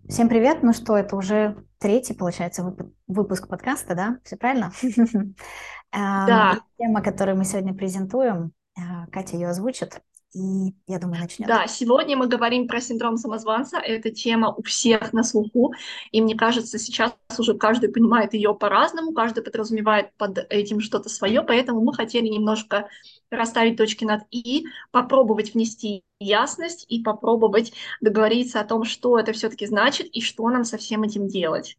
Всем привет! Ну что, это уже третий, получается, выпуск подкаста, да? Все правильно? И Да, тема, которую мы сегодня презентуем, Катя ее озвучит, и, я думаю, начнет. да, сегодня мы говорим про синдром самозванца. Эта тема у всех на слуху, и мне кажется, сейчас уже каждый понимает ее по-разному, каждый подразумевает под этим что-то свое, поэтому мы хотели немножко расставить точки над «и», попробовать внести ясность и попробовать договориться о том, что это все-таки значит и что нам со всем этим делать.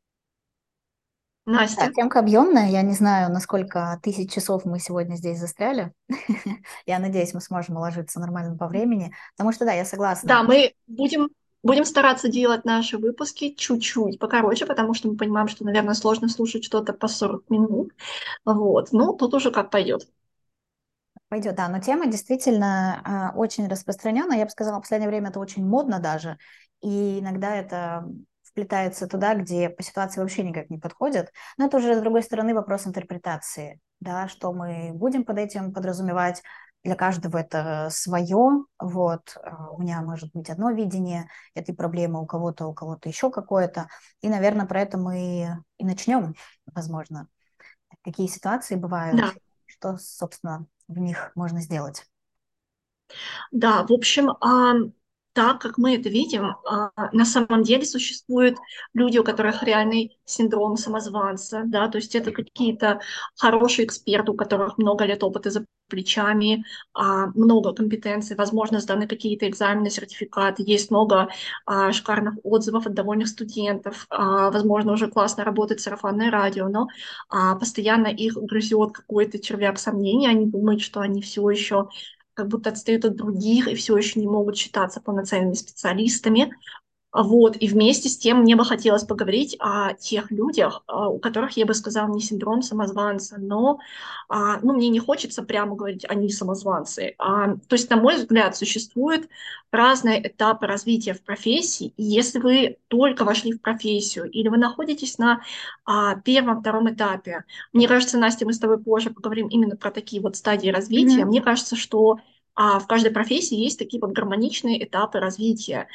Да, Настя? темка объемная, я не знаю, на сколько тысяч часов мы сегодня здесь застряли. Я надеюсь, мы сможем уложиться нормально по времени, потому что, да, я согласна. Да, мы будем стараться делать наши выпуски чуть-чуть покороче, потому что мы понимаем, что, наверное, сложно слушать что-то по 40 минут. Вот. Ну, тут уже как пойдет. Пойдет, да, но тема действительно очень распространенная. Я бы сказала, в последнее время это очень модно даже, и иногда это вплетается туда, где по ситуации вообще никак не подходит. Но это уже, с другой стороны, вопрос интерпретации, да, что мы будем под этим подразумевать. Для каждого это свое, вот, у меня может быть одно видение этой проблемы, у кого-то еще какое-то, и, наверное, про это мы и начнем, возможно, какие ситуации бывают, Да. что, собственно, в них можно сделать. Да, в общем, так как мы это видим, на самом деле существуют люди, у которых реальный синдром самозванца, да, то есть это какие-то хорошие эксперты, у которых много лет опыта за плечами, много компетенций, возможно, сданы какие-то экзамены, сертификаты, есть много шикарных отзывов от довольных студентов, возможно, уже классно работает сарафанное радио, но постоянно их грызет какой-то червяк сомнений, они думают, что они все еще как будто отстают от других и все еще не могут считаться полноценными специалистами. Вот, и вместе с тем мне бы хотелось поговорить о тех людях, у которых, я бы сказала, не синдром самозванца, но ну, мне не хочется прямо говорить, они самозванцы. То есть, на мой взгляд, существуют разные этапы развития в профессии, и если вы только вошли в профессию или вы находитесь на первом, втором этапе, мне кажется, Настя, мы с тобой позже поговорим именно про такие вот стадии развития, Мгм. мне кажется, что в каждой профессии есть такие вот гармоничные этапы развития.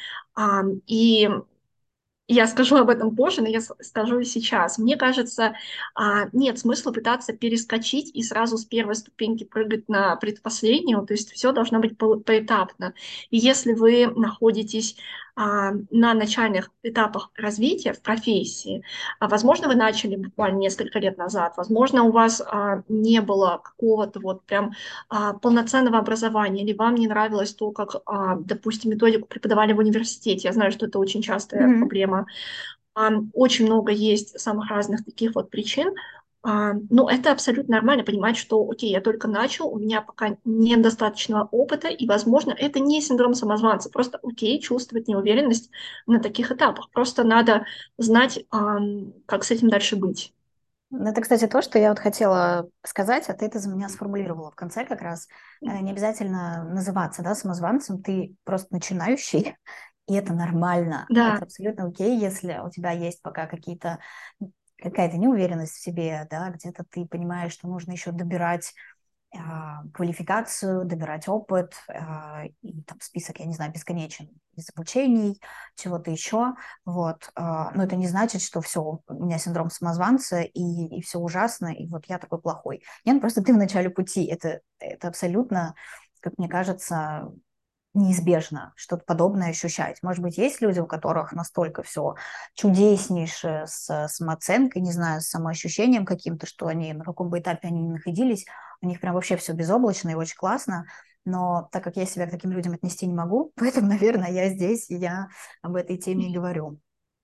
И я скажу об этом позже, но я скажу и сейчас. Мне кажется, нет смысла пытаться перескочить и сразу с первой ступеньки прыгать на предпоследнюю, то есть все должно быть поэтапно. И если вы находитесь на начальных этапах развития в профессии, возможно, вы начали буквально несколько лет назад, возможно, у вас не было какого-то вот прям полноценного образования, или вам не нравилось то, как, допустим, методику преподавали в университете. Я знаю, что это очень частая Мгм. проблема. Очень много есть самых разных таких вот причин. Но это абсолютно нормально понимать, что, окей, я только начал, у меня пока нет достаточного опыта, и, возможно, это не синдром самозванца, просто, окей, чувствовать неуверенность на таких этапах. Просто надо знать, как с этим дальше быть. Ну, это, кстати, то, что я вот хотела сказать, а ты это за меня сформулировала в конце как раз. Не обязательно называться, да, самозванцем, ты просто начинающий, и это нормально. Да, Это абсолютно окей, если у тебя есть пока какая-то неуверенность в себе, да, где-то ты понимаешь, что нужно еще добирать квалификацию, добирать опыт, и там список, я не знаю, бесконечен из обучений, чего-то еще, вот. Но это не значит, что все, у меня синдром самозванца, и все ужасно, и вот я такой плохой. Нет, ну просто ты в начале пути, это абсолютно, как мне кажется, неизбежно что-то подобное ощущать. Может быть, есть люди, у которых настолько все чудеснейшее с самооценкой, не знаю, с самоощущением каким-то, что они на каком бы этапе они ни находились, у них прям вообще все безоблачно и очень классно. Но так как я себя к таким людям отнести не могу, поэтому, наверное, я здесь, и я об этой теме и говорю.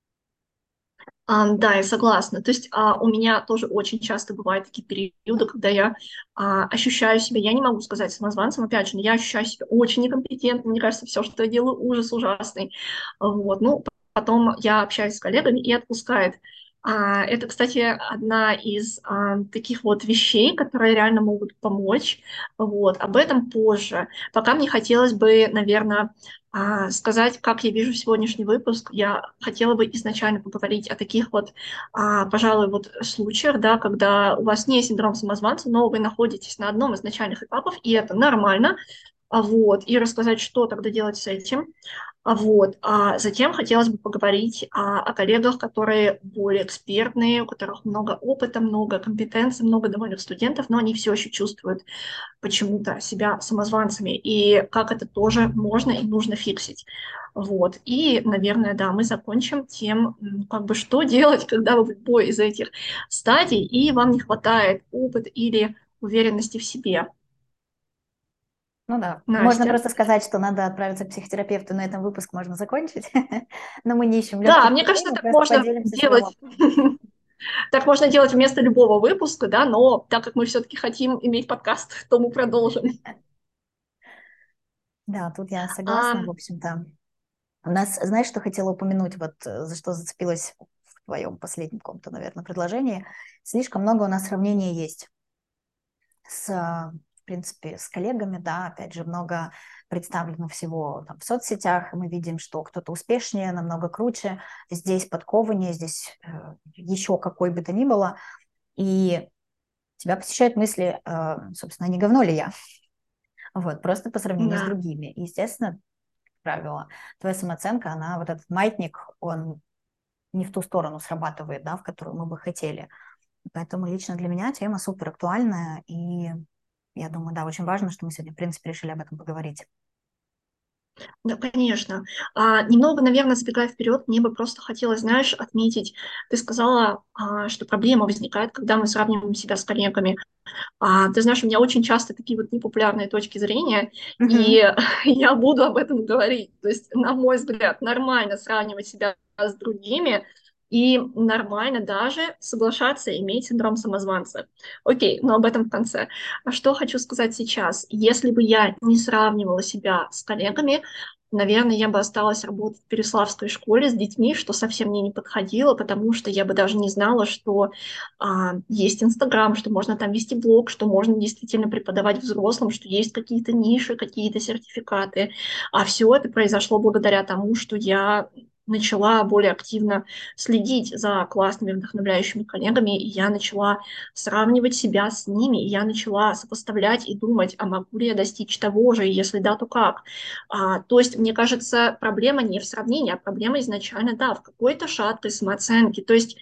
Да, я согласна. То есть у меня тоже очень часто бывают такие периоды, когда я ощущаю себя, я не могу сказать самозванцем, опять же, но я ощущаю себя очень некомпетентной, мне кажется, все, что я делаю, ужас ужасный. Вот. Ну, потом я общаюсь с коллегами и отпускает. Это, кстати, одна из таких вот вещей, которые реально могут помочь. Вот. Об этом позже. Пока мне хотелось бы, наверное, сказать, как я вижу сегодняшний выпуск. Я хотела бы изначально поговорить о таких вот, пожалуй, вот случаях, да, когда у вас не синдром самозванца, но вы находитесь на одном из начальных этапов, и это нормально. вот, и рассказать, что тогда делать с этим. Вот. А затем хотелось бы поговорить о коллегах, которые более экспертные, у которых много опыта, много компетенций, много довольных студентов, но они все еще чувствуют почему-то себя самозванцами, и как это тоже можно и нужно фиксить. Вот. И, наверное, да, мы закончим тем, как бы что делать, когда вы в любой из этих стадий, и вам не хватает опыта или уверенности в себе. Ну да, можно Настя? просто сказать, что надо отправиться к психотерапевту, на этом выпуск можно закончить. Но мы не ищем Да, легких мне путей, кажется, мы так просто можно поделимся своим делать. опытом. Так можно делать вместо любого выпуска, да, но так как мы все-таки хотим иметь подкаст, то мы продолжим. Да, тут я А, согласна, в общем-то. У нас, знаешь, что хотела упомянуть, вот за что зацепилась в твоем последнем каком-то, наверное, предложении. Слишком много у нас сравнения есть в принципе, с коллегами, да, опять же, много представлено всего там, в соцсетях, и мы видим, что кто-то успешнее, намного круче, здесь подкованнее, здесь еще какой бы то ни было, и тебя посещают мысли, собственно, не говно ли я, вот, просто по сравнению с да. другими. И, естественно, как правило, твоя самооценка, она, вот этот маятник, он не в ту сторону срабатывает, да, в которую мы бы хотели. Поэтому лично для меня тема супер актуальная, и я думаю, да, очень важно, что мы сегодня, в принципе, решили об этом поговорить. Да, конечно. Немного, наверное, забегая вперед, мне бы просто хотелось, знаешь, отметить, ты сказала, что проблема возникает, когда мы сравниваем себя с коллегами. Ты знаешь, у меня очень часто такие вот непопулярные точки зрения, Мгм. и я буду об этом говорить. То есть, на мой взгляд, нормально сравнивать себя с другими, и нормально даже соглашаться иметь синдром самозванца. Окей, но об этом в конце. А что хочу сказать сейчас? Если бы я не сравнивала себя с коллегами, наверное, я бы осталась работать в Переславской школе с детьми, что совсем мне не подходило, потому что я бы даже не знала, что есть Инстаграм, что можно там вести блог, что можно действительно преподавать взрослым, что есть какие-то ниши, какие-то сертификаты. А все это произошло благодаря тому, что я начала более активно следить за классными, вдохновляющими коллегами, и я начала сравнивать себя с ними, и я начала сопоставлять и думать, а могу ли я достичь того же, и если да, то как. То есть, мне кажется, проблема не в сравнении, а проблема изначально, да, в какой-то шаткой самооценке. То есть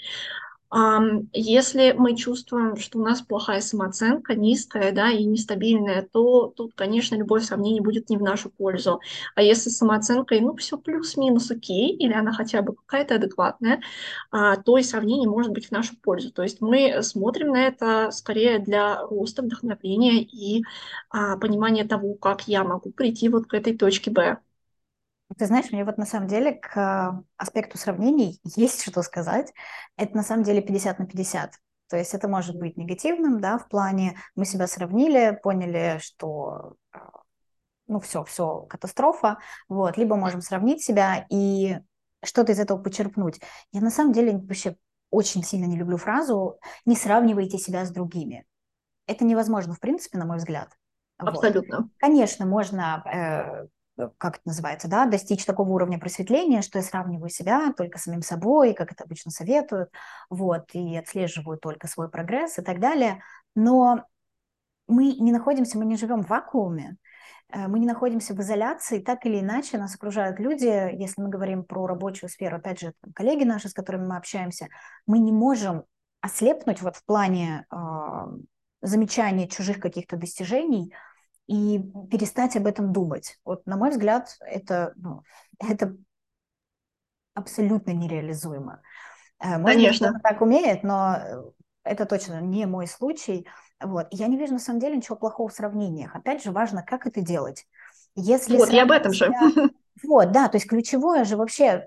если мы чувствуем, что у нас плохая самооценка, низкая, да, и нестабильная, то тут, конечно, любое сравнение будет не в нашу пользу. А если с самооценкой, ну, все плюс-минус окей, или она хотя бы какая-то адекватная, то и сравнение может быть в нашу пользу. То есть мы смотрим на это скорее для роста, вдохновения и понимания того, как я могу прийти вот к этой точке Б. Ты знаешь, мне вот на самом деле к аспекту сравнений есть что сказать. Это на самом деле 50 на 50. То есть это может быть негативным, да, в плане мы себя сравнили, поняли, что ну все, катастрофа, вот, либо можем сравнить себя и что-то из этого почерпнуть. Я на самом деле вообще очень сильно не люблю фразу «не сравнивайте себя с другими». Это невозможно, в принципе, на мой взгляд. Вот. Абсолютно. Конечно, можно, как это называется, да, достичь такого уровня просветления, что я сравниваю себя только с самим собой, как это обычно советуют, вот, и отслеживаю только свой прогресс и так далее. Но мы не находимся, мы не живем в вакууме, мы не находимся в изоляции, так или иначе нас окружают люди, если мы говорим про рабочую сферу, опять же, там, коллеги наши, с которыми мы общаемся, мы не можем ослепнуть вот в плане замечания чужих каких-то достижений и перестать об этом думать. Вот, на мой взгляд, это, ну, это абсолютно нереализуемо. Может быть, кто-то Конечно. так умеет, но это точно не мой случай. Вот. Я не вижу на самом деле ничего плохого в сравнениях. Опять же, важно, как это делать. Если Вот, я об сравнивать этом же. себя... Вот, да, то есть ключевое же вообще,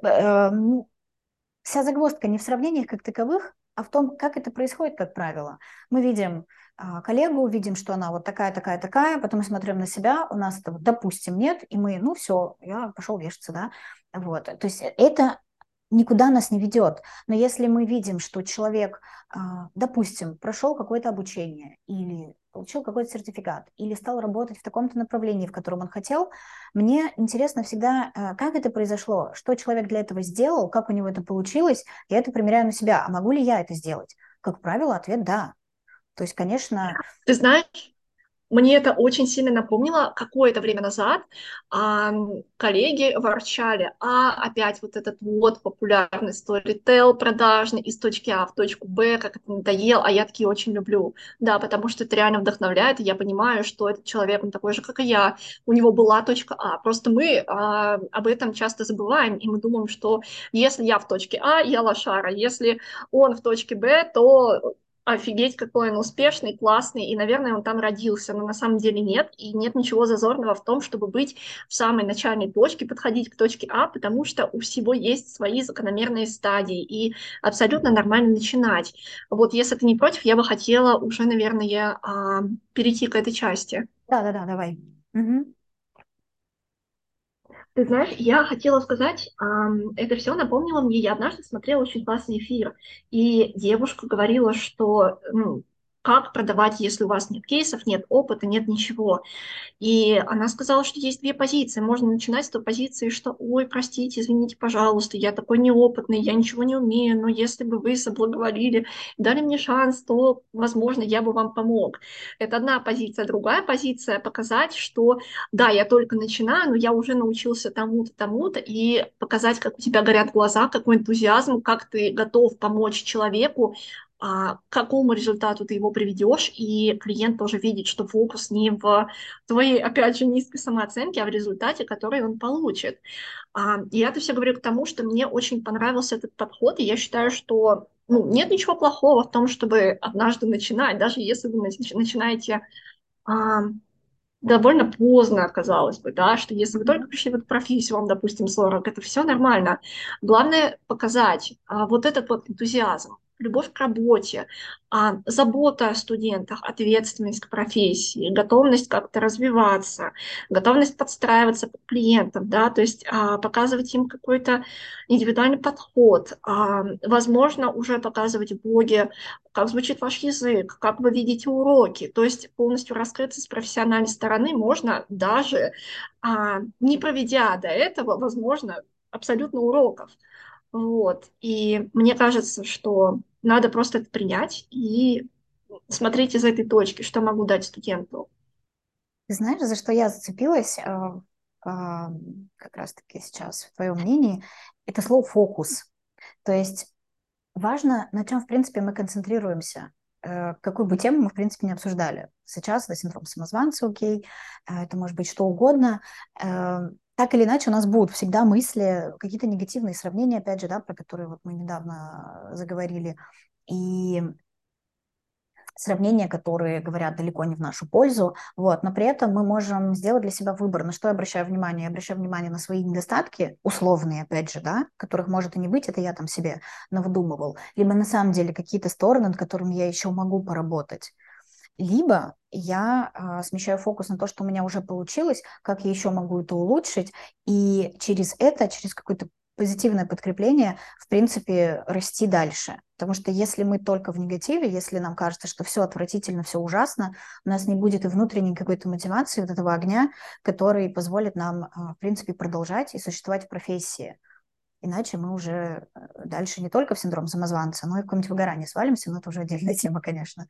вся загвоздка не в сравнениях как таковых, а в том, как это происходит, как правило. Мы видим коллегу, видим, что она вот такая, такая, такая, потом мы смотрим на себя, у нас этого, допустим, нет, и мы, ну все, я пошел вешаться, да. Вот. То есть это никуда нас не ведет. Но если мы видим, что человек, допустим, прошел какое-то обучение или получил какой-то сертификат, или стал работать в таком-то направлении, в котором он хотел, мне интересно всегда, как это произошло, что человек для этого сделал, как у него это получилось, я это примеряю на себя, а могу ли я это сделать? Как правило, ответ «да». То есть, конечно, Ты знаешь, Мне это очень сильно напомнило, какое-то время назад коллеги ворчали, опять вот этот вот популярный сторител продажный из точки А в точку Б, как это надоел, а я такие очень люблю. Да, потому что это реально вдохновляет, и я понимаю, что этот человек, он такой же, как и я, у него была точка А. Просто мы об этом часто забываем, и мы думаем, что если я в точке А, я лошара, если он в точке Б, то офигеть, какой он успешный, классный, и, наверное, он там родился, но на самом деле нет, и нет ничего зазорного в том, чтобы быть в самой начальной точке, подходить к точке А, потому что у всего есть свои закономерные стадии, и абсолютно нормально начинать. Вот если ты не против, я бы хотела уже, наверное, перейти к этой части. Да-да-да, давай. Мгм. Ты знаешь, я хотела сказать, это все напомнило мне, я однажды смотрела очень классный эфир, и девушка говорила, что как продавать, если у вас нет кейсов, нет опыта, нет ничего. И она сказала, что есть две позиции. Можно начинать с той позиции, что, ой, простите, извините, пожалуйста, я такой неопытный, я ничего не умею, но если бы вы соблаговолили, дали мне шанс, то, возможно, я бы вам помог. Это одна позиция. Другая позиция — показать, что, да, я только начинаю, но я уже научился тому-то, тому-то, и показать, как у тебя горят глаза, какой энтузиазм, как ты готов помочь человеку, к какому результату ты его приведешь, и клиент тоже видит, что фокус не в твоей, опять же, низкой самооценки, а в результате, который он получит. И я это все говорю к тому, что мне очень понравился этот подход, и я считаю, что нет ничего плохого в том, чтобы однажды начинать, даже если вы начинаете а, довольно поздно, казалось бы, да, что если вы только Мгм. пришли в эту профессию, вам, допустим, 40, это все нормально. Главное показать вот этот вот энтузиазм, любовь к работе, забота о студентах, ответственность к профессии, готовность как-то развиваться, готовность подстраиваться под клиентов, да, то есть показывать им какой-то индивидуальный подход, возможно, уже показывать в блоге, как звучит ваш язык, как вы видите уроки. То есть полностью раскрыться с профессиональной стороны можно даже не проведя до этого, возможно, абсолютно уроков. Вот. И мне кажется, что надо просто это принять и смотреть из этой точки, что могу дать студенту. Ты знаешь, за что я зацепилась как раз-таки сейчас в твоем мнении, это слово «фокус». То есть важно, на чем, в принципе, мы концентрируемся, какую бы тему мы, в принципе, не обсуждали. Сейчас это синдром самозванца, окей, это может быть что угодно. Так или иначе, у нас будут всегда мысли, какие-то негативные сравнения, опять же, да, про которые вот мы недавно заговорили, и сравнения, которые говорят далеко не в нашу пользу, вот, но при этом мы можем сделать для себя выбор, на что я обращаю внимание. Я обращаю внимание на свои недостатки, условные, опять же, да, которых может и не быть, это я там себе навыдумывал, либо на самом деле какие-то стороны, над которыми я еще могу поработать. Либо я смещаю фокус на то, что у меня уже получилось, как я еще могу это улучшить, и через это, через какое-то позитивное подкрепление, в принципе, расти дальше. Потому что если мы только в негативе, если нам кажется, что все отвратительно, все ужасно, у нас не будет и внутренней какой-то мотивации, вот этого огня, который позволит нам, в принципе, продолжать и существовать в профессии. Иначе мы уже дальше не только в синдром самозванца, но и в какое-нибудь выгорание свалимся, но это уже отдельная тема, конечно.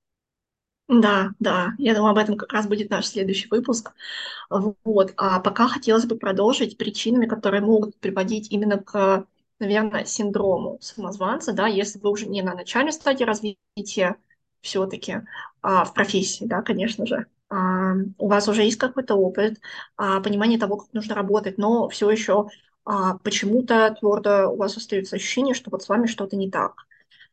Да, да, я думаю, об этом как раз будет наш следующий выпуск. Вот. А пока хотелось бы продолжить причинами, которые могут приводить именно к, наверное, синдрому самозванца, да, если вы уже не на начальной стадии развития все-таки в профессии, да, конечно же. У вас уже есть какой-то опыт, понимание того, как нужно работать, но все еще почему-то твердо у вас остается ощущение, что вот с вами что-то не так.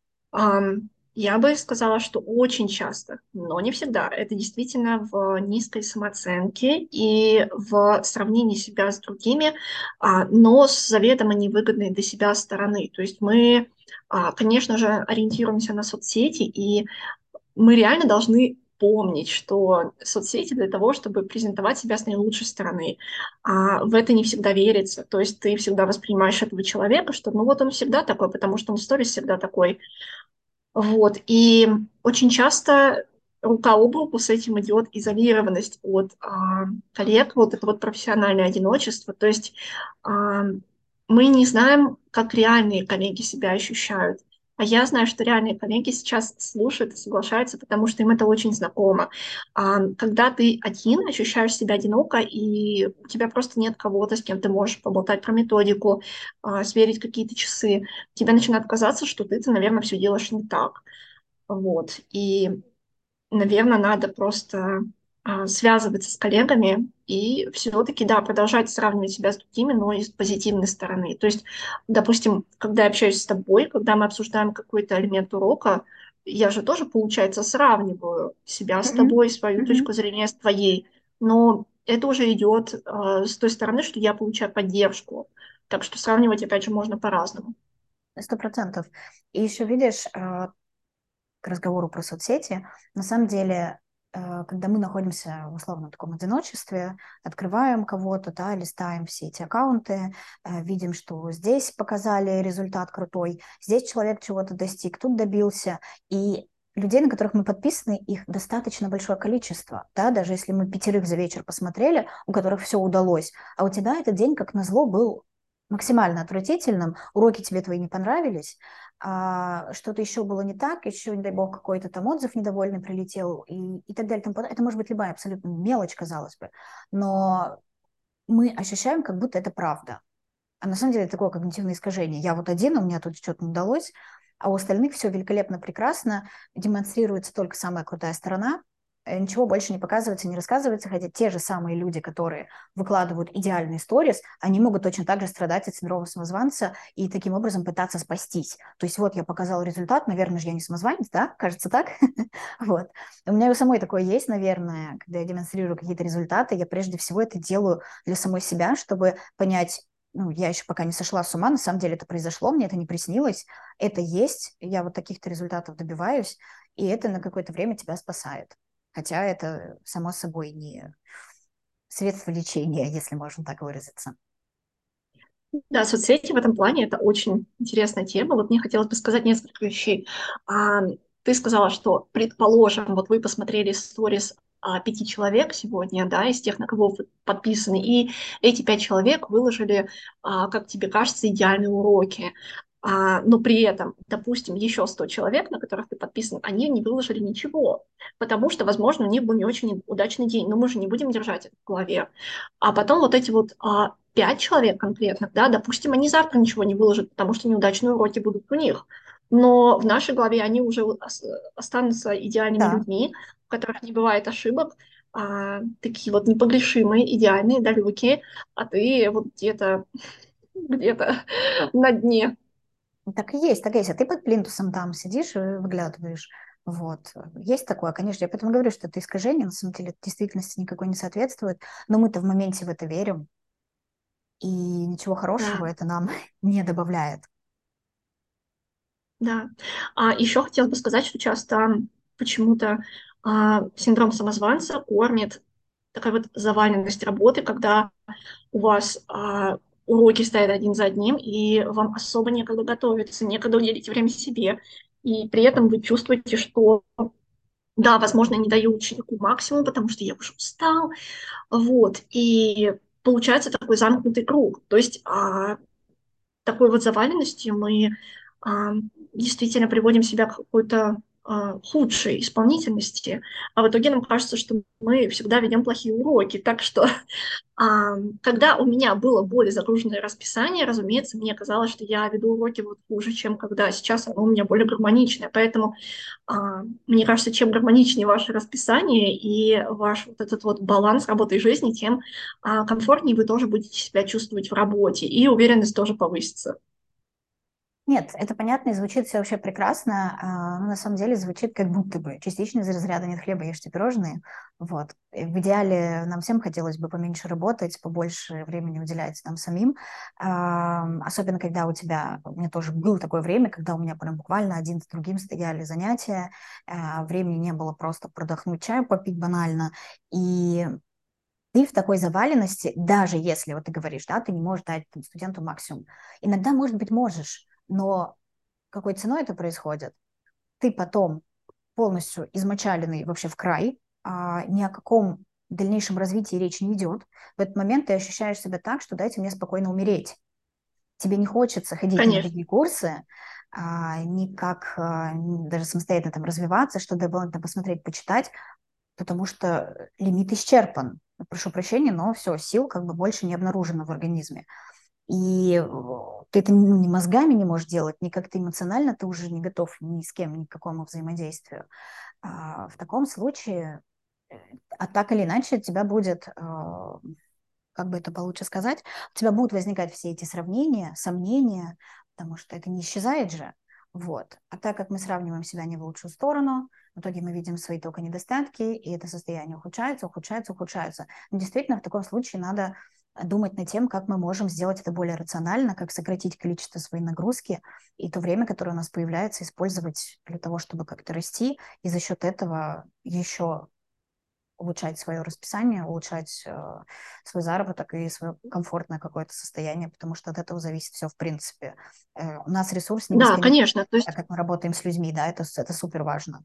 Я бы сказала, что очень часто, но не всегда, это действительно в низкой самооценке и в сравнении себя с другими, но с заведомо невыгодной для себя стороны. То есть мы, конечно же, ориентируемся на соцсети, и мы реально должны помнить, что соцсети для того, чтобы презентовать себя с наилучшей стороны. В это не всегда верится. То есть ты всегда воспринимаешь этого человека, что ну вот он всегда такой, потому что он в сторис всегда такой. Вот. И очень часто рука об руку с этим идет изолированность от коллег, вот это вот профессиональное одиночество. То есть мы не знаем, как реальные коллеги себя ощущают. А я знаю, что реальные коллеги сейчас слушают и соглашаются, потому что им это очень знакомо. Когда ты один, ощущаешь себя одиноко, и у тебя просто нет кого-то, с кем ты можешь поболтать про методику, сверить какие-то часы, тебе начинает казаться, что ты, наверное, все делаешь не так. Вот. И наверное, надо просто связываться с коллегами и все-таки, да, продолжать сравнивать себя с другими, но и с позитивной стороны. То есть, допустим, когда я общаюсь с тобой, когда мы обсуждаем какой-то элемент урока, я же тоже, получается, сравниваю себя с Мгм. тобой, свою точку Мгм. зрения с твоей, но это уже идет с той стороны, что я получаю поддержку. Так что сравнивать, опять же, можно по-разному. 100%. И еще видишь, к разговору про соцсети, на самом деле, когда мы находимся в условно таком одиночестве, открываем кого-то, да, листаем все эти аккаунты, видим, что здесь показали результат крутой, здесь человек чего-то достиг, тут добился, и людей, на которых мы подписаны, их достаточно большое количество, да, даже если мы 5 за вечер посмотрели, у которых все удалось, а у тебя этот день, как назло, был максимально отвратительным, уроки тебе твои не понравились, что-то еще было не так, еще, не дай бог, какой-то там отзыв недовольный прилетел и так далее. Это может быть любая абсолютно мелочь, казалось бы, но мы ощущаем, как будто это правда. А на самом деле это такое когнитивное искажение. Я вот один, у меня тут что-то не удалось, а у остальных все великолепно, прекрасно, демонстрируется только самая крутая сторона, ничего больше не показывается, не рассказывается, хотя те же самые люди, которые выкладывают идеальные сторис, они могут точно так же страдать от синдрома самозванца и таким образом пытаться спастись. То есть вот я показал результат, наверное же я не самозванец, да? Кажется так? Вот. У меня у самой такое есть, наверное, когда я демонстрирую какие-то результаты, я прежде всего это делаю для самой себя, чтобы понять, ну, я еще пока не сошла с ума, на самом деле это произошло, мне это не приснилось, это есть, я вот таких-то результатов добиваюсь, и это на какое-то время тебя спасает. Хотя это, само собой, не средство лечения, если можно так выразиться. Да, соцсети в этом плане это очень интересная тема. Вот мне хотелось бы сказать несколько вещей. А, Ты сказала, что, предположим, вот вы посмотрели сторис 5 человек сегодня, да, из тех, на кого вы подписаны, и эти 5 человек выложили, как тебе кажется, идеальные уроки. Но при этом, допустим, еще 100 человек, на которых ты подписан, они не выложили ничего, потому что, возможно, у них был не очень удачный день, но мы же не будем держать это в голове. А потом вот эти вот 5 человек конкретных, да, допустим, они завтра ничего не выложат, потому что неудачные уроки будут у них. Но в нашей голове они уже останутся идеальными Да, людьми, у которых не бывает ошибок, такие вот непогрешимые, идеальные, далекие, а ты вот где-то на дне. так и есть, так и есть. А ты под плинтусом там сидишь и выглядываешь. Вот. Есть такое, конечно. Я поэтому говорю, что это искажение, на самом деле, действительности никакой не соответствует. Но мы-то в моменте в это верим, и ничего хорошего Да, это нам не добавляет. да. Еще хотела бы сказать, что часто почему-то синдром самозванца кормит такая вот заваленность работы, когда у вас уроки стоят один за одним, и вам особо некогда готовиться, некогда уделить время себе. И при этом вы чувствуете, что, да, возможно, не даю ученику максимум, потому что я уже устал. Вот. И получается такой замкнутый круг. То есть такой вот заваленностью мы а, действительно приводим себя к какой-то худшей исполнительности, а в итоге нам кажется, что мы всегда ведем плохие уроки. Так что когда у меня было более загруженное расписание, разумеется, мне казалось, что я веду уроки вот хуже, чем когда сейчас оно у меня более гармоничное. Поэтому мне кажется, чем гармоничнее ваше расписание и ваш вот этот вот баланс работы и жизни, тем комфортнее вы тоже будете себя чувствовать в работе, и уверенность тоже повысится. Нет, это понятно и звучит все вообще прекрасно, но на самом деле звучит как будто бы частично из разряда «нет хлеба, ешьте пирожные». Вот. И в идеале нам всем хотелось бы поменьше работать, побольше времени уделять нам самим, особенно когда у меня тоже было такое время, когда у меня прям буквально один за другим стояли занятия, времени не было просто продохнуть, чаю попить банально, и ты в такой заваленности, даже если, вот ты говоришь, да, ты не можешь дать там, студенту максимум, иногда, может быть, можешь, но какой ценой это происходит? Ты потом полностью измочаленный вообще в край, ни о каком дальнейшем развитии речи не идет. В этот момент ты ощущаешь себя так, что дайте мне спокойно умереть. Тебе не хочется ходить на Конечно. другие курсы, никак даже самостоятельно там развиваться, что дополнительно посмотреть, почитать, потому что лимит исчерпан. Прошу прощения, но все, сил как бы больше не обнаружено в организме. И ты это ни мозгами не можешь делать, ни как-то эмоционально ты уже не готов ни с кем, ни к какому взаимодействию. В таком случае, так или иначе, у тебя будет, как бы это получше сказать, у тебя будут возникать все эти сравнения, сомнения, потому что это не исчезает же. Вот. А так как мы сравниваем себя не в лучшую сторону, в итоге мы видим свои только недостатки, и это состояние ухудшается, ухудшается, ухудшается. Но действительно, в таком случае надо думать над тем, как мы можем сделать это более рационально, как сократить количество своей нагрузки и то время, которое у нас появляется, использовать для того, чтобы как-то расти, и за счет этого еще улучшать свое расписание, улучшать свой заработок и свое комфортное какое-то состояние, потому что от этого зависит все в принципе. У нас ресурс не Да, бесконечный, конечно. То так есть как мы работаем с людьми, да, это супер важно.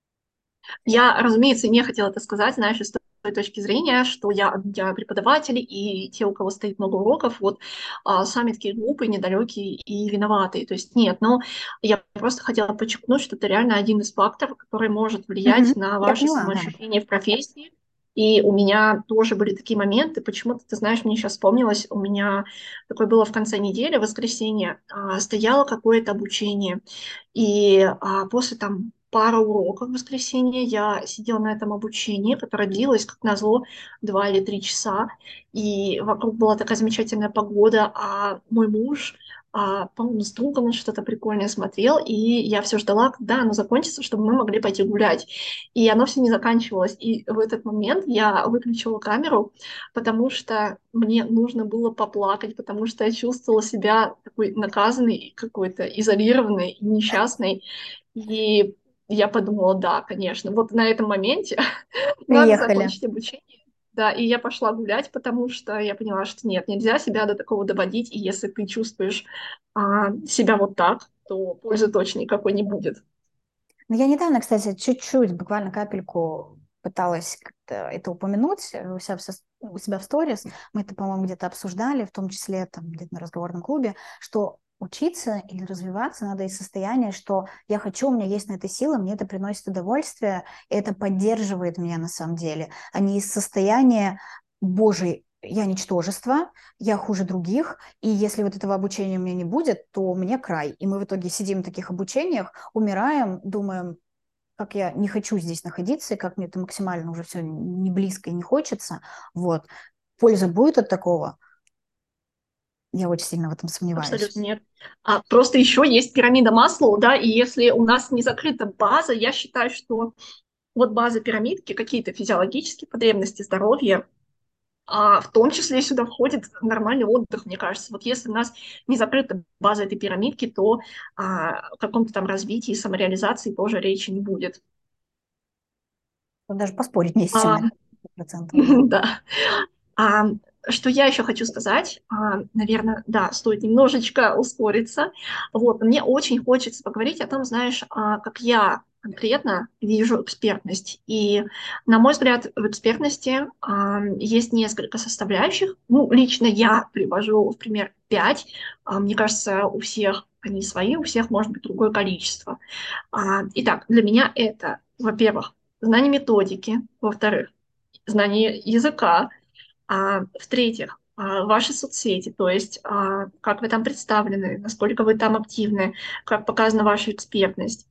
я, разумеется, не хотела это сказать, знаешь, с той точки зрения, что я преподаватель, и те, у кого стоит много уроков, вот сами такие глупые, недалекие и виноватые. То есть нет, но я просто хотела подчеркнуть, что это реально один из факторов, который может Мгм. влиять на Я ваше поняла, да. самоощущение в профессии. И у меня тоже были такие моменты, почему-то, ты знаешь, мне сейчас вспомнилось, у меня такое было в конце недели, в воскресенье, стояло какое-то обучение, и после там пары уроков в воскресенье я сидела на этом обучении, которое длилось, как назло, 2 или 3 часа. И вокруг была такая замечательная погода, а мой муж, по-моему, с другом он что-то прикольное смотрел, и я все ждала, когда оно закончится, чтобы мы могли пойти гулять. И оно все не заканчивалось. И в этот момент я выключила камеру, потому что мне нужно было поплакать, потому что я чувствовала себя такой наказанной, какой-то изолированной и несчастной. И я подумала, да, конечно, вот на этом моменте надо Приехали. закончить обучение. Да, и я пошла гулять, потому что я поняла, что нет, нельзя себя до такого доводить, и если ты чувствуешь себя вот так, то пользы точно никакой не будет. Но я недавно, кстати, чуть-чуть, буквально капельку пыталась как-то это упомянуть у себя в сторис. Мы это, по-моему, где-то обсуждали, в том числе там где-то на разговорном клубе, что учиться или развиваться надо из состояния, что я хочу, у меня есть на это сила, мне это приносит удовольствие, и это поддерживает меня на самом деле, а не из состояния, боже, я ничтожество, я хуже других, и если вот этого обучения у меня не будет, то мне край. И мы в итоге сидим на таких обучениях, умираем, думаем, как я не хочу здесь находиться, и как мне это максимально уже все не близко и не хочется. Вот. Польза будет от такого? Я очень сильно в этом сомневаюсь. Абсолютно нет. Просто еще есть пирамида Маслоу, да, и если у нас не закрыта база, я считаю, что вот база пирамидки, какие-то физиологические потребности, здоровье, в том числе сюда входит нормальный отдых, мне кажется. Вот если у нас не закрыта база этой пирамидки, то о каком-то там развитии, самореализации тоже речи не будет. Тут даже поспорить не с чем А, на это 100%, да. да. А, что я еще хочу сказать, наверное, да, стоит немножечко ускориться. Вот, мне очень хочется поговорить о том, знаешь, как я конкретно вижу экспертность. И, на мой взгляд, в экспертности есть несколько составляющих. Ну, лично я привожу в пример 5. Мне кажется, у всех они свои, у всех может быть другое количество. Итак, для меня это, во-первых, знание методики, во-вторых, знание языка, в-третьих, ваши соцсети, то есть как вы там представлены, насколько вы там активны, как показана ваша экспертность.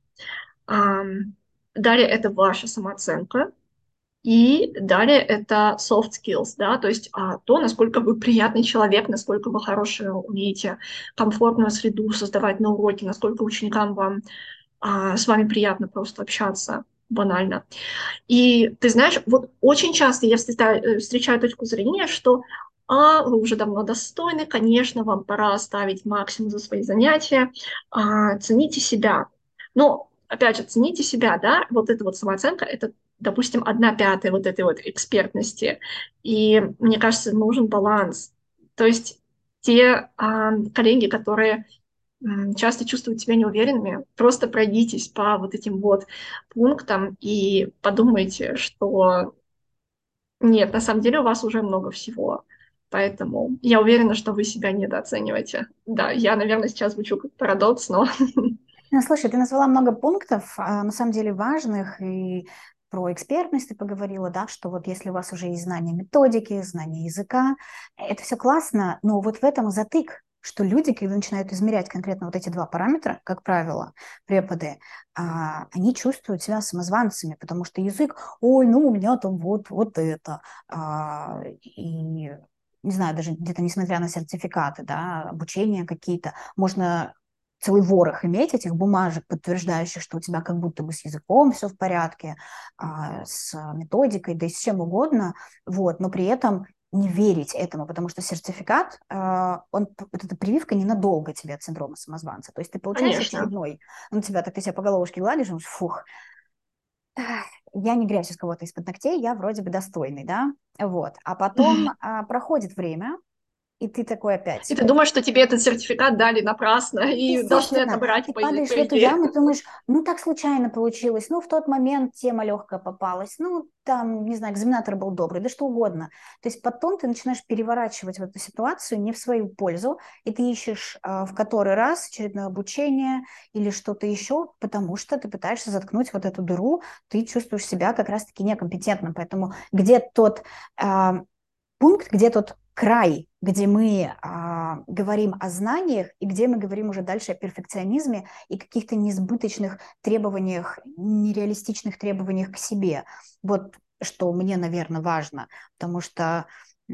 Далее это ваша самооценка, и далее это soft skills, да, то есть то, насколько вы приятный человек, насколько вы хорошо умеете комфортную среду создавать на уроке, насколько ученикам с вами приятно просто общаться банально. И ты знаешь, вот очень часто я встречаю точку зрения, что вы уже давно достойны, конечно, вам пора оставить максимум за свои занятия, цените себя. Но, опять же, цените себя, да, вот эта вот самооценка, это, допустим, 1/5 вот этой вот экспертности. И мне кажется, нужен баланс. То есть те коллеги, которые часто чувствуют себя неуверенными, просто пройдитесь по вот этим вот пунктам и подумайте, что нет, на самом деле у вас уже много всего. Поэтому я уверена, что вы себя недооцениваете. Да, я, наверное, сейчас звучу как парадокс, но Ну, слушай, ты назвала много пунктов, на самом деле важных, и про экспертность ты поговорила, да, что вот если у вас уже есть знание методики, знание языка, это все классно, но вот в этом и затык, что люди, когда начинают измерять конкретно вот эти два параметра, как правило, преподы, они чувствуют себя самозванцами, потому что язык, ой, ну у меня там вот это, и не знаю, даже где-то несмотря на сертификаты, да, обучения какие-то, можно целый ворох иметь этих бумажек, подтверждающих, что у тебя как будто бы с языком все в порядке, с методикой, да и с чем угодно, вот, но при этом не верить этому, потому что сертификат, вот эта прививка ненадолго тебе от синдрома самозванца. То есть ты получаешь Конечно. очередной, он тебя так, ты себя по головушке гладишь, и думаешь, фух, я не грязь из кого-то из-под ногтей, я вроде бы достойный, да, вот. А потом проходит время, и ты такой И опять, ты думаешь, что тебе этот сертификат дали напрасно и должны естественно, отобрать, ты по, падаешь в по эту идее. яму и думаешь, ну так случайно получилось, ну в тот момент тема легкая попалась, ну там, не знаю, экзаменатор был добрый, да что угодно. То есть потом ты начинаешь переворачивать в эту ситуацию не в свою пользу, и ты ищешь в который раз очередное обучение или что-то еще, потому что ты пытаешься заткнуть вот эту дыру, ты чувствуешь себя как раз-таки некомпетентным. Поэтому где тот пункт, где тот край, где мы говорим о знаниях и где мы говорим уже дальше о перфекционизме и каких-то несбыточных требованиях, нереалистичных требованиях к себе. Вот что мне, наверное, важно, потому что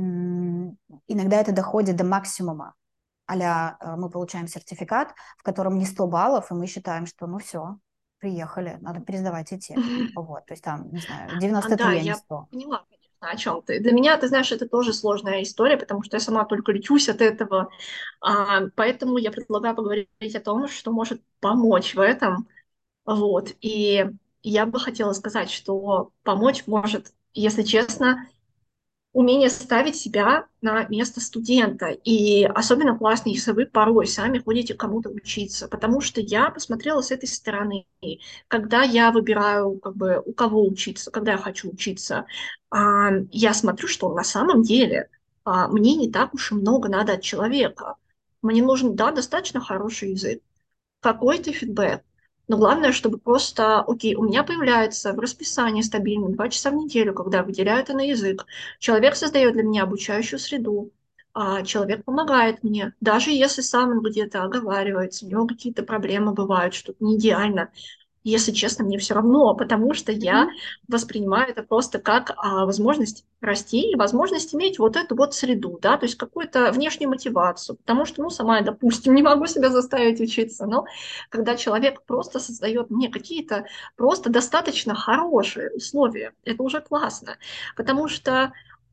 иногда это доходит до максимума. Мы получаем сертификат, в котором не 100 баллов, и мы считаем, что ну все, приехали, надо пересдавать идти. Вот, то есть там, не знаю, Да, 93, а не я 100. поняла, конечно, о чем ты. Для меня, ты знаешь, это тоже сложная история, потому что я сама только лечусь от этого. Поэтому я предлагаю поговорить о том, что может помочь в этом. Вот. И я бы хотела сказать, что помочь может, если честно, умение ставить себя на место студента. И особенно классно, если вы порой сами ходите к кому-то учиться. Потому что я посмотрела с этой стороны, когда я выбираю, как бы, у кого учиться, когда я хочу учиться, я смотрю, что на самом деле мне не так уж и много надо от человека. Мне нужен, да, достаточно хороший язык, какой-то фидбэк. Но главное, чтобы просто, окей, у меня появляется в расписании стабильно 2 часа в неделю, когда я выделяю это на язык. Человек создает для меня обучающую среду, человек помогает мне, даже если сам он где-то оговаривается, у него какие-то проблемы бывают, что-то не идеально. Если честно, мне все равно, потому что я воспринимаю это просто как возможность расти и возможность иметь вот эту вот среду, да, то есть какую-то внешнюю мотивацию, потому что, ну, сама я, допустим, не могу себя заставить учиться, но когда человек просто создает мне какие-то просто достаточно хорошие условия, это уже классно, потому что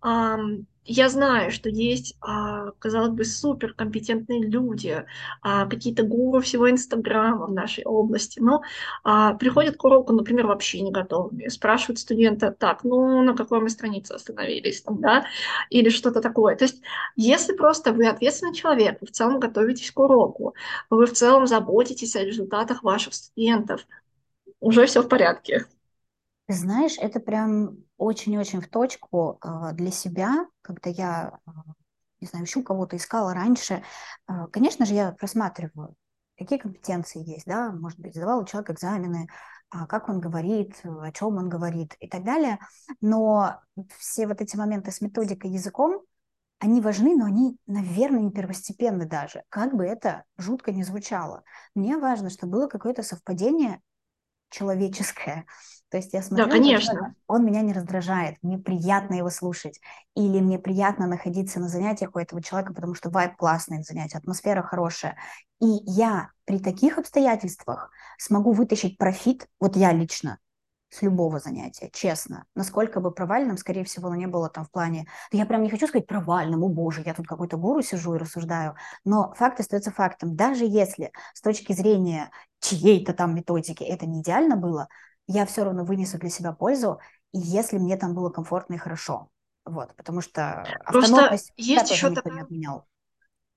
я знаю, что есть, казалось бы, суперкомпетентные люди, какие-то гуру всего Инстаграма в нашей области, но приходят к уроку, например, вообще не готовыми, спрашивают студента, так, ну, на какой мы странице остановились, там, да, или что-то такое. То есть, если просто вы ответственный человек, вы в целом готовитесь к уроку, вы в целом заботитесь о результатах ваших студентов, уже все в порядке. Ты знаешь, это прям очень-очень в точку для себя, когда я, не знаю, ищу кого-то, искала раньше. Конечно же, я просматриваю, какие компетенции есть, да, может быть, сдавал ли человек экзамены, как он говорит, о чем он говорит и так далее. Но все вот эти моменты с методикой, языком, они важны, но они, наверное, не первостепенны даже, как бы это жутко не звучало. Мне важно, чтобы было какое-то совпадение человеческое. То есть я Да, смотрю на этого человека, конечно. он меня не раздражает, мне приятно его слушать, или мне приятно находиться на занятиях у этого человека, потому что вайб классный занятие, атмосфера хорошая. И я при таких обстоятельствах смогу вытащить профит, вот я лично, с любого занятия, честно. Насколько бы провальным, скорее всего, оно не было там в плане... Да я прям не хочу сказать провальным, о боже, я тут какой-то гуру сижу и рассуждаю, но факт остается фактом. Даже если с точки зрения чьей-то там методики это не идеально было, я все равно вынесу для себя пользу, и если мне там было комфортно и хорошо. Вот, потому что Просто автономность всегда есть тоже еще никто не такая отменял.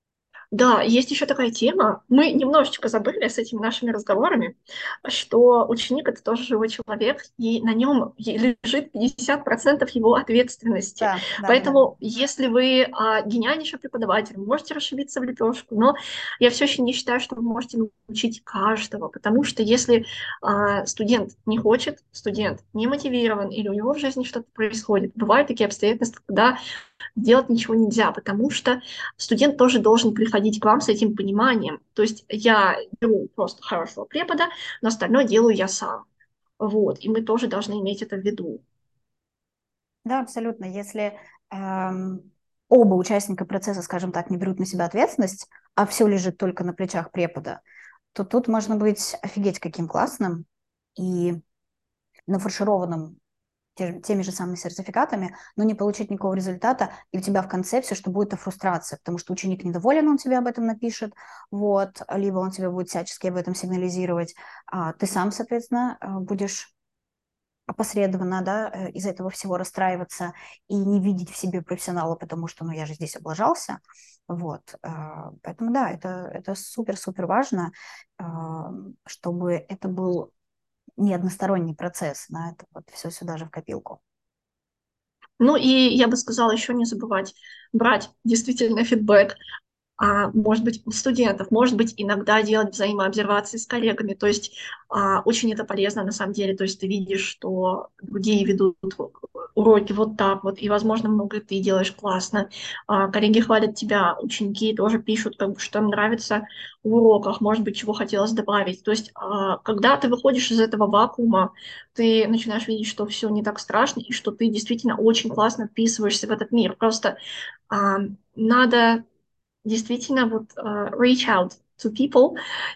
Да, есть еще такая тема. Мы немножечко забыли с этими нашими разговорами, что ученик — это тоже живой человек, и на нем лежит 50% его ответственности. Да, да, да, да. Поэтому, если вы гениальнейший преподаватель, вы можете расшибиться в лепешку, но я все еще не считаю, что вы можете научить каждого, потому что если студент не хочет, студент не мотивирован, или у него в жизни что-то происходит, бывают такие обстоятельства, когда делать ничего нельзя, потому что студент тоже должен приходить к вам с этим пониманием. То есть я беру просто хорошего препода, но остальное делаю я сам. Вот, и мы тоже должны иметь это в виду. Да, абсолютно. Если оба участника процесса, скажем так, не берут на себя ответственность, а все лежит только на плечах препода, то тут можно быть офигеть каким классным и нафаршированным теми же самыми сертификатами, но не получить никакого результата, и у тебя в конце все, что будет, это фрустрация, потому что ученик недоволен, он тебе об этом напишет, вот, либо он тебе будет всячески об этом сигнализировать, а ты сам, соответственно, будешь опосредованно, да, из-за этого всего расстраиваться и не видеть в себе профессионала, потому что, ну, я же здесь облажался, вот, поэтому, да, это супер-супер важно, чтобы это был не односторонний процесс, да, это вот все сюда же в копилку. Ну и я бы сказала еще не забывать брать действительно фидбэк, может быть, студентов, может быть, иногда делать взаимообсервации с коллегами. То есть очень это полезно на самом деле. То есть ты видишь, что другие ведут уроки вот так вот, и, возможно, многое ты делаешь классно. Коллеги хвалят тебя, ученики тоже пишут, как бы, что им нравится в уроках, может быть, чего хотелось добавить. То есть, когда ты выходишь из этого вакуума, ты начинаешь видеть, что все не так страшно, и что ты действительно очень классно вписываешься в этот мир. Просто а, надо действительно вот reach out to people,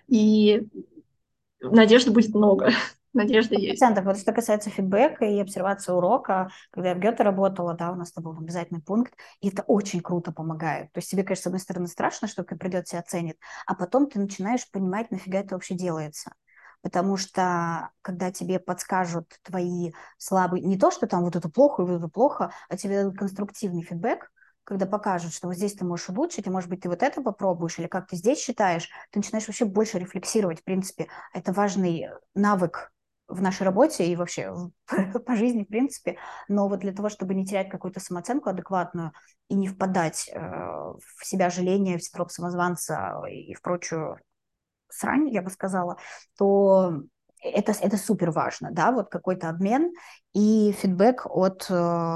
и надежды будет много, надежда есть. 100%. Вот что касается фидбэка и обсервации урока, когда я в Гёте работала, да, у нас это был обязательный пункт, и это очень круто помогает. То есть тебе, конечно, с одной стороны страшно, что кто придет, тебя оценит, а потом ты начинаешь понимать, нафига это вообще делается. Потому что когда тебе подскажут твои слабые, не то, что там вот это плохо и вот это плохо, а тебе дадут конструктивный фидбэк, когда покажут, что вот здесь ты можешь улучшить, и, может быть, ты вот это попробуешь, или как ты здесь считаешь, ты начинаешь вообще больше рефлексировать. В принципе, это важный навык в нашей работе и вообще по жизни, в принципе. Но вот для того, чтобы не терять какую-то самооценку адекватную и не впадать в себя жаление, в синдром самозванца и в прочую срань, я бы сказала, то это супер важно, да, вот какой-то обмен и фидбэк от...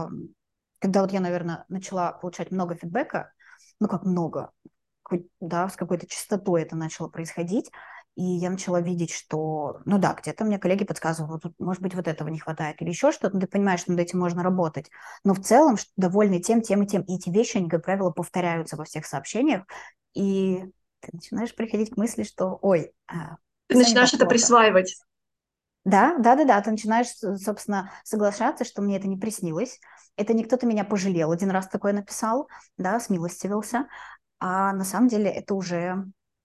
Когда вот я, наверное, начала получать много фидбэка, ну как много, да, с какой-то частотой это начало происходить, и я начала видеть, что, ну да, где-то мне коллеги подсказывают, вот тут, может быть, вот этого не хватает или еще что-то, ну, ты понимаешь, что над этим можно работать, но в целом довольны тем и тем, и эти вещи, они, как правило, повторяются во всех сообщениях, и ты начинаешь приходить к мысли, что, ой, Ты все не начинаешь так это плохо. присваивать. Да, да, да, да, ты начинаешь, собственно, соглашаться, что мне это не приснилось, это не кто-то меня пожалел, один раз такое написал, да, смилостивился, а на самом деле это уже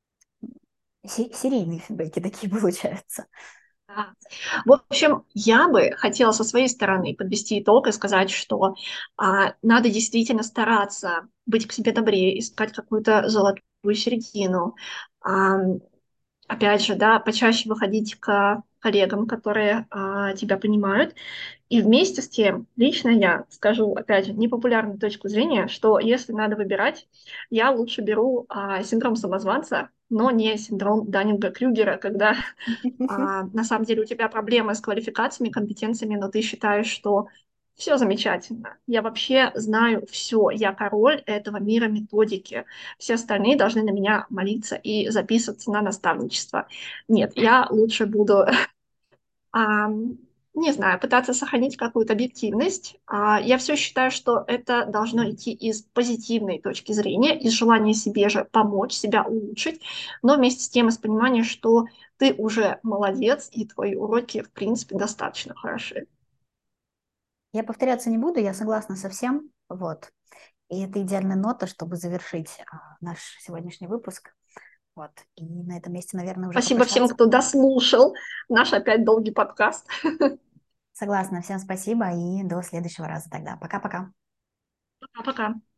серийные фидбэки такие получаются. Да. В общем, я бы хотела со своей стороны подвести итог и сказать, что надо действительно стараться быть к себе добрее, искать какую-то золотую середину. А, Опять же, да, почаще выходить к коллегам, которые тебя понимают. И вместе с тем, лично я скажу, опять же, непопулярную точку зрения, что если надо выбирать, я лучше беру синдром самозванца, но не синдром Даннинга-Крюгера, когда на самом деле у тебя проблемы с квалификациями, компетенциями, но ты считаешь, что все замечательно. Я вообще знаю все. Я король этого мира методики. Все остальные должны на меня молиться и записываться на наставничество. Нет, я лучше буду а, не знаю, пытаться сохранить какую-то объективность. Я все считаю, что это должно идти из позитивной точки зрения, из желания себе же помочь, себя улучшить, но вместе с тем из понимания, что ты уже молодец, и твои уроки, в принципе, достаточно хороши. Я повторяться не буду, я согласна со всем, вот. И это идеальная нота, чтобы завершить наш сегодняшний выпуск. Вот. И на этом месте, наверное, уже Спасибо всем, попрощаться. кто дослушал наш опять долгий подкаст. Согласна, всем спасибо и до следующего раза тогда. Пока-пока. Пока-пока.